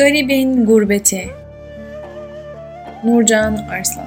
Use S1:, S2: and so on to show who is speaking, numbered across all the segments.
S1: Garibin gurbeti. Nurcan Arslan.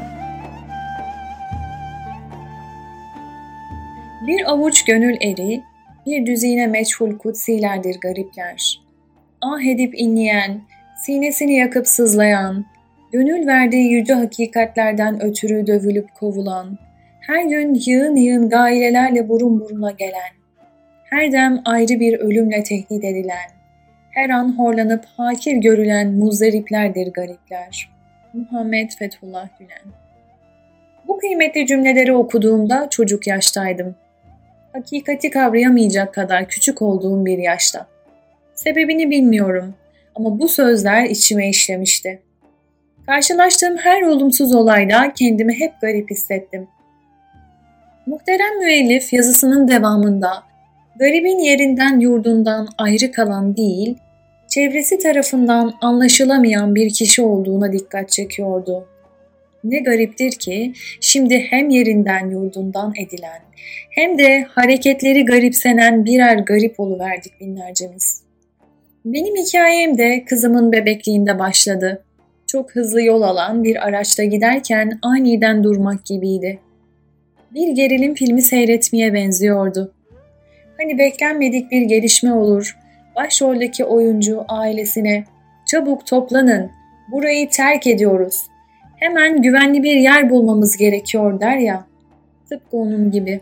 S1: Bir avuç gönül eri, bir düzine meçhul kutsilerdir garipler. Ah edip inleyen, sinesini yakıp sızlayan, gönül verdiği yüce hakikatlerden ötürü dövülüp kovulan, her gün yığın yığın gailelerle burun buruna gelen, her dem ayrı bir ölümle tehdit edilen, her an horlanıp hakir görülen muzdariplerdir garipler. Muhammed Fethullah Gülen. Bu kıymetli cümleleri okuduğumda çocuk yaştaydım. Hakikati kavrayamayacak kadar küçük olduğum bir yaşta. Sebebini bilmiyorum ama bu sözler içime işlemişti. Karşılaştığım her olumsuz olayda kendimi hep garip hissettim. Muhterem müellif yazısının devamında garibin yerinden yurdundan ayrı kalan değil, çevresi tarafından anlaşılamayan bir kişi olduğuna dikkat çekiyordu. Ne gariptir ki şimdi hem yerinden yurdundan edilen hem de hareketleri garipsenen birer garip oluverdik binlercemiz. Benim hikayem de kızımın bebekliğinde başladı. Çok hızlı yol alan bir araçta giderken aniden durmak gibiydi. Bir gerilim filmi seyretmeye benziyordu. Hani beklenmedik bir gelişme olur, başroldeki oyuncu ailesine "Çabuk toplanın, burayı terk ediyoruz. Hemen güvenli bir yer bulmamız gerekiyor" der ya. Tıpkı onun gibi.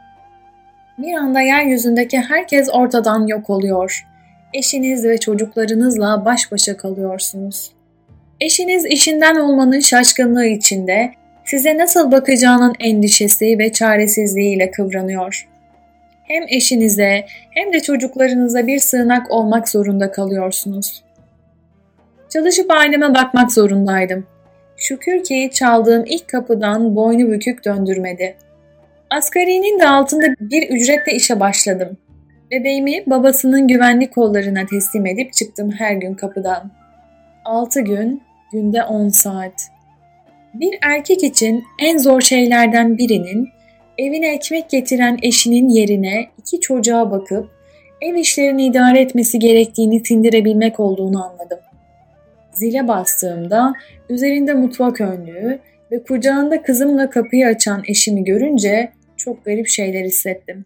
S1: Bir anda yeryüzündeki herkes ortadan yok oluyor. Eşiniz ve çocuklarınızla baş başa kalıyorsunuz. Eşiniz işinden olmanın şaşkınlığı içinde size nasıl bakacağının endişesi ve çaresizliğiyle kıvranıyor. Hem eşinize hem de çocuklarınıza bir sığınak olmak zorunda kalıyorsunuz. Çalışıp aileme bakmak zorundaydım. Şükür ki çaldığım ilk kapıdan boynu bükük döndürmedi. Asgarinin de altında bir ücretle işe başladım. Bebeğimi babasının güvenlik kollarına teslim edip çıktım her gün kapıdan. 6 gün, günde 10 saat. Bir erkek için en zor şeylerden birinin evine ekmek getiren eşinin yerine 2 çocuğa bakıp ev işlerini idare etmesi gerektiğini sindirebilmek olduğunu anladım. Zile bastığımda üzerinde mutfak önlüğü ve kucağında kızımla kapıyı açan eşimi görünce çok garip şeyler hissettim.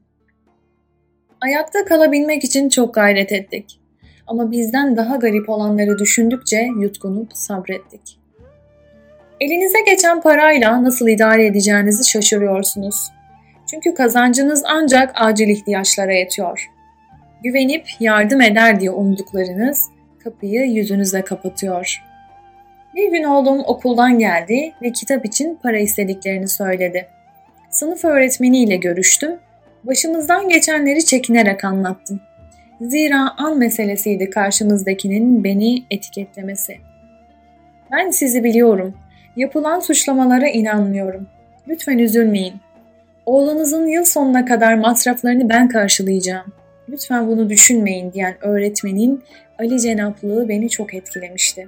S1: Ayakta kalabilmek için çok gayret ettik. Ama bizden daha garip olanları düşündükçe yutkunup sabrettik. Elinize geçen parayla nasıl idare edeceğinizi şaşırıyorsunuz. Çünkü kazancınız ancak acil ihtiyaçlara yetiyor. Güvenip yardım eder diye umduklarınız kapıyı yüzünüze kapatıyor. Bir gün oğlum okuldan geldi ve kitap için para istediklerini söyledi. Sınıf öğretmeniyle görüştüm. Başımızdan geçenleri çekinerek anlattım. Zira an meselesiydi karşımızdakinin beni etiketlemesi. Ben sizi biliyorum. Yapılan suçlamalara inanmıyorum. Lütfen üzülmeyin. Oğlunuzun yıl sonuna kadar masraflarını ben karşılayacağım. Lütfen bunu düşünmeyin diyen öğretmenin Ali cenaplığı beni çok etkilemişti.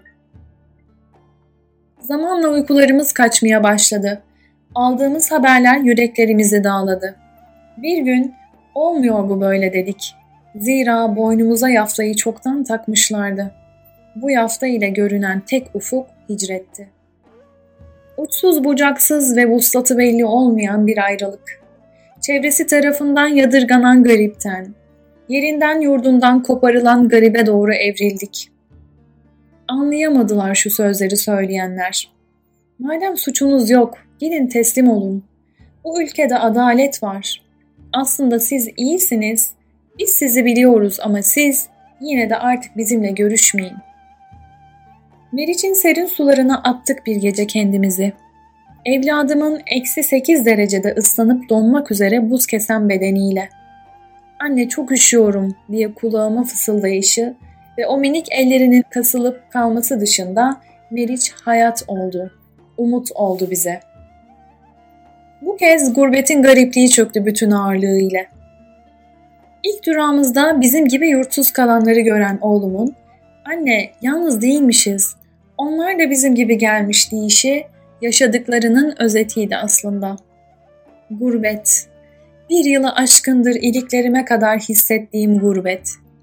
S1: Zamanla uykularımız kaçmaya başladı. Aldığımız haberler yüreklerimizi dağladı. Bir gün olmuyor bu böyle dedik. Zira boynumuza yaftayı çoktan takmışlardı. Bu yafta ile görünen tek ufuk hicretti. Uçsuz bucaksız ve vuslatı belli olmayan bir ayrılık. Çevresi tarafından yadırganan garipten, yerinden yurdundan koparılan garibe doğru evrildik. Anlayamadılar şu sözleri söyleyenler. Madem suçunuz yok, gidin teslim olun. Bu ülkede adalet var. Aslında siz iyisiniz, biz sizi biliyoruz ama siz yine de artık bizimle görüşmeyin. Meriç'in serin sularına attık bir gece kendimizi. Evladımın -8 derecede ıslanıp donmak üzere buz kesen bedeniyle. "Anne çok üşüyorum" diye kulağıma fısıldayışı ve o minik ellerinin kasılıp kalması dışında Meriç hayat oldu, umut oldu bize. Bu kez gurbetin garipliği çöktü bütün ağırlığıyla. İlk durağımızda bizim gibi yurtsuz kalanları gören oğlumun "Anne, yalnız değilmişiz. Onlar da bizim gibi gelmiş" deyişi yaşadıklarının özetiydi aslında. Gurbet. Bir yılı aşkındır iliklerime kadar hissettiğim gurbet.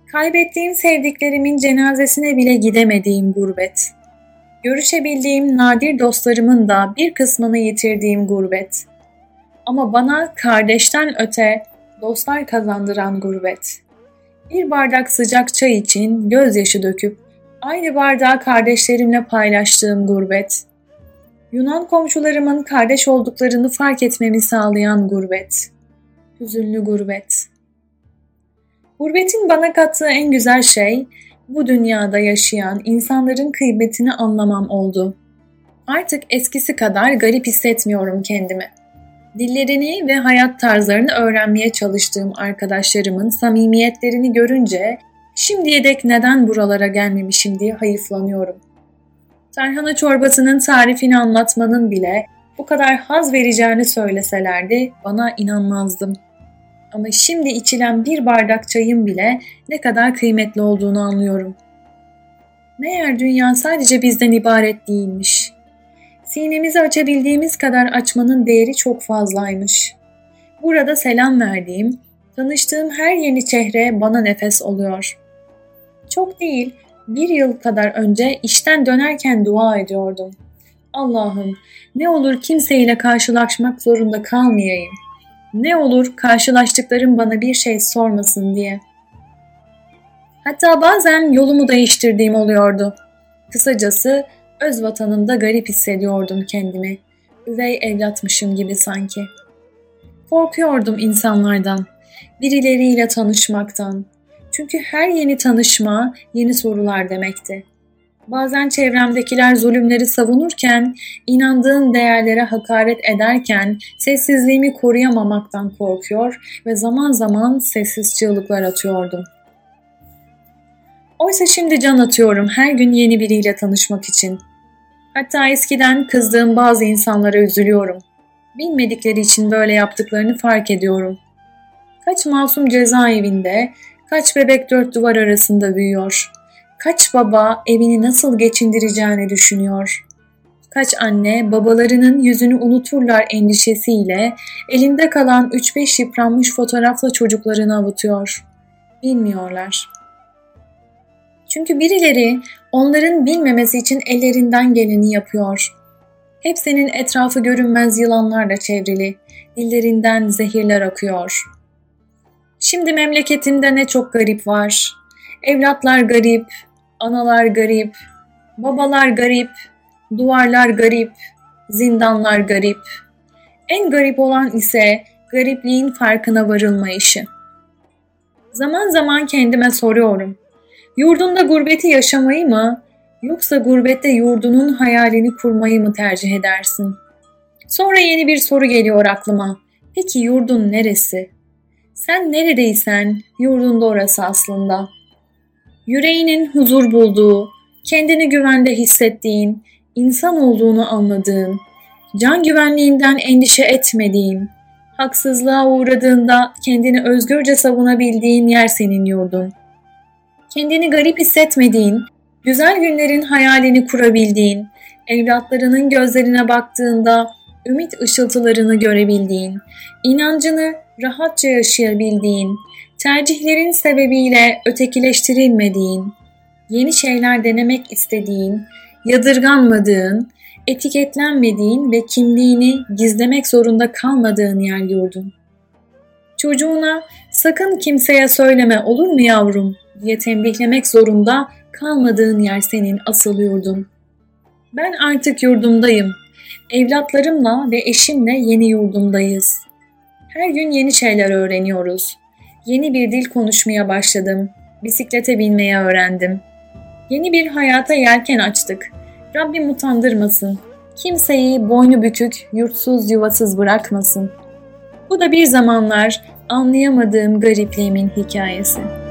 S1: Kaybettiğim sevdiklerimin cenazesine bile gidemediğim gurbet. Görüşebildiğim nadir dostlarımın da bir kısmını yitirdiğim gurbet. Ama bana kardeşten öte dostlar kazandıran gurbet. Bir bardak sıcak çay için gözyaşı döküp aynı bardağı kardeşlerimle paylaştığım gurbet. Yunan komşularımın kardeş olduklarını fark etmemi sağlayan gurbet. Hüzünlü gurbet. Gurbetin bana kattığı en güzel şey, bu dünyada yaşayan insanların kıymetini anlamam oldu. Artık eskisi kadar garip hissetmiyorum kendimi. Dillerini ve hayat tarzlarını öğrenmeye çalıştığım arkadaşlarımın samimiyetlerini görünce, şimdiye dek neden buralara gelmemişim diye hayıflanıyorum. Tarhana çorbasının tarifini anlatmanın bile bu kadar haz vereceğini söyleselerdi bana inanmazdım. Ama şimdi içilen bir bardak çayın bile ne kadar kıymetli olduğunu anlıyorum. Meğer dünya sadece bizden ibaret değilmiş. Sinemizi açabildiğimiz kadar açmanın değeri çok fazlaymış. Burada selam verdiğim, tanıştığım her yeni çehre bana nefes oluyor. Çok değil, 1 yıl kadar önce işten dönerken dua ediyordum. Allah'ım, ne olur kimseyle karşılaşmak zorunda kalmayayım. Ne olur karşılaştıklarım bana bir şey sormasın diye. Hatta bazen yolumu değiştirdiğim oluyordu. Kısacası öz vatanımda garip hissediyordum kendimi. Üvey evlatmışım gibi sanki. Korkuyordum insanlardan, birileriyle tanışmaktan. Çünkü her yeni tanışma yeni sorular demekti. Bazen çevremdekiler zulümleri savunurken, inandığım değerlere hakaret ederken sessizliğimi koruyamamaktan korkuyor ve zaman zaman sessiz çığlıklar atıyordum. Oysa şimdi can atıyorum her gün yeni biriyle tanışmak için. Hatta eskiden kızdığım bazı insanlara üzülüyorum. Bilmedikleri için böyle yaptıklarını fark ediyorum. Kaç masum cezaevinde, kaç bebek 4 duvar arasında büyüyor. Kaç baba evini nasıl geçindireceğini düşünüyor. Kaç anne babalarının yüzünü unuturlar endişesiyle elinde kalan 3-5 yıpranmış fotoğrafla çocuklarını avutuyor. Bilmiyorlar. Çünkü birileri onların bilmemesi için ellerinden geleni yapıyor. Hepsinin etrafı görünmez yılanlarla çevrili, dillerinden zehirler akıyor. Şimdi memleketimde ne çok garip var. Evlatlar garip, analar garip, babalar garip, duvarlar garip, zindanlar garip. En garip olan ise garipliğin farkına varılmayışı. Zaman zaman kendime soruyorum. Yurdunda gurbeti yaşamayı mı, yoksa gurbette yurdunun hayalini kurmayı mı tercih edersin? Sonra yeni bir soru geliyor aklıma. Peki yurdun neresi? Sen neredeysen yurdunda orası aslında. Yüreğinin huzur bulduğu, kendini güvende hissettiğin, insan olduğunu anladığın, can güvenliğinden endişe etmediğin, haksızlığa uğradığında kendini özgürce savunabildiğin yer senin yurdun. Kendini garip hissetmediğin, güzel günlerin hayalini kurabildiğin, evlatlarının gözlerine baktığında ümit ışıltılarını görebildiğin, inancını rahatça yaşayabildiğin, tercihlerin sebebiyle ötekileştirilmediğin, yeni şeyler denemek istediğin, yadırganmadığın, etiketlenmediğin ve kimliğini gizlemek zorunda kalmadığın yer yurdun. Çocuğuna sakın kimseye söyleme olur mu yavrum diye tembihlemek zorunda kalmadığın yer senin asıl yurdun. Ben artık yurdumdayım. Evlatlarımla ve eşimle yeni yurdumdayız. Her gün yeni şeyler öğreniyoruz. Yeni bir dil konuşmaya başladım. Bisiklete binmeyi öğrendim. Yeni bir hayata yelken açtık. Rabbim utandırmasın. Kimseyi boynu bükük, yurtsuz, yuvasız bırakmasın. Bu da bir zamanlar anlayamadığım garipliğimin hikayesi.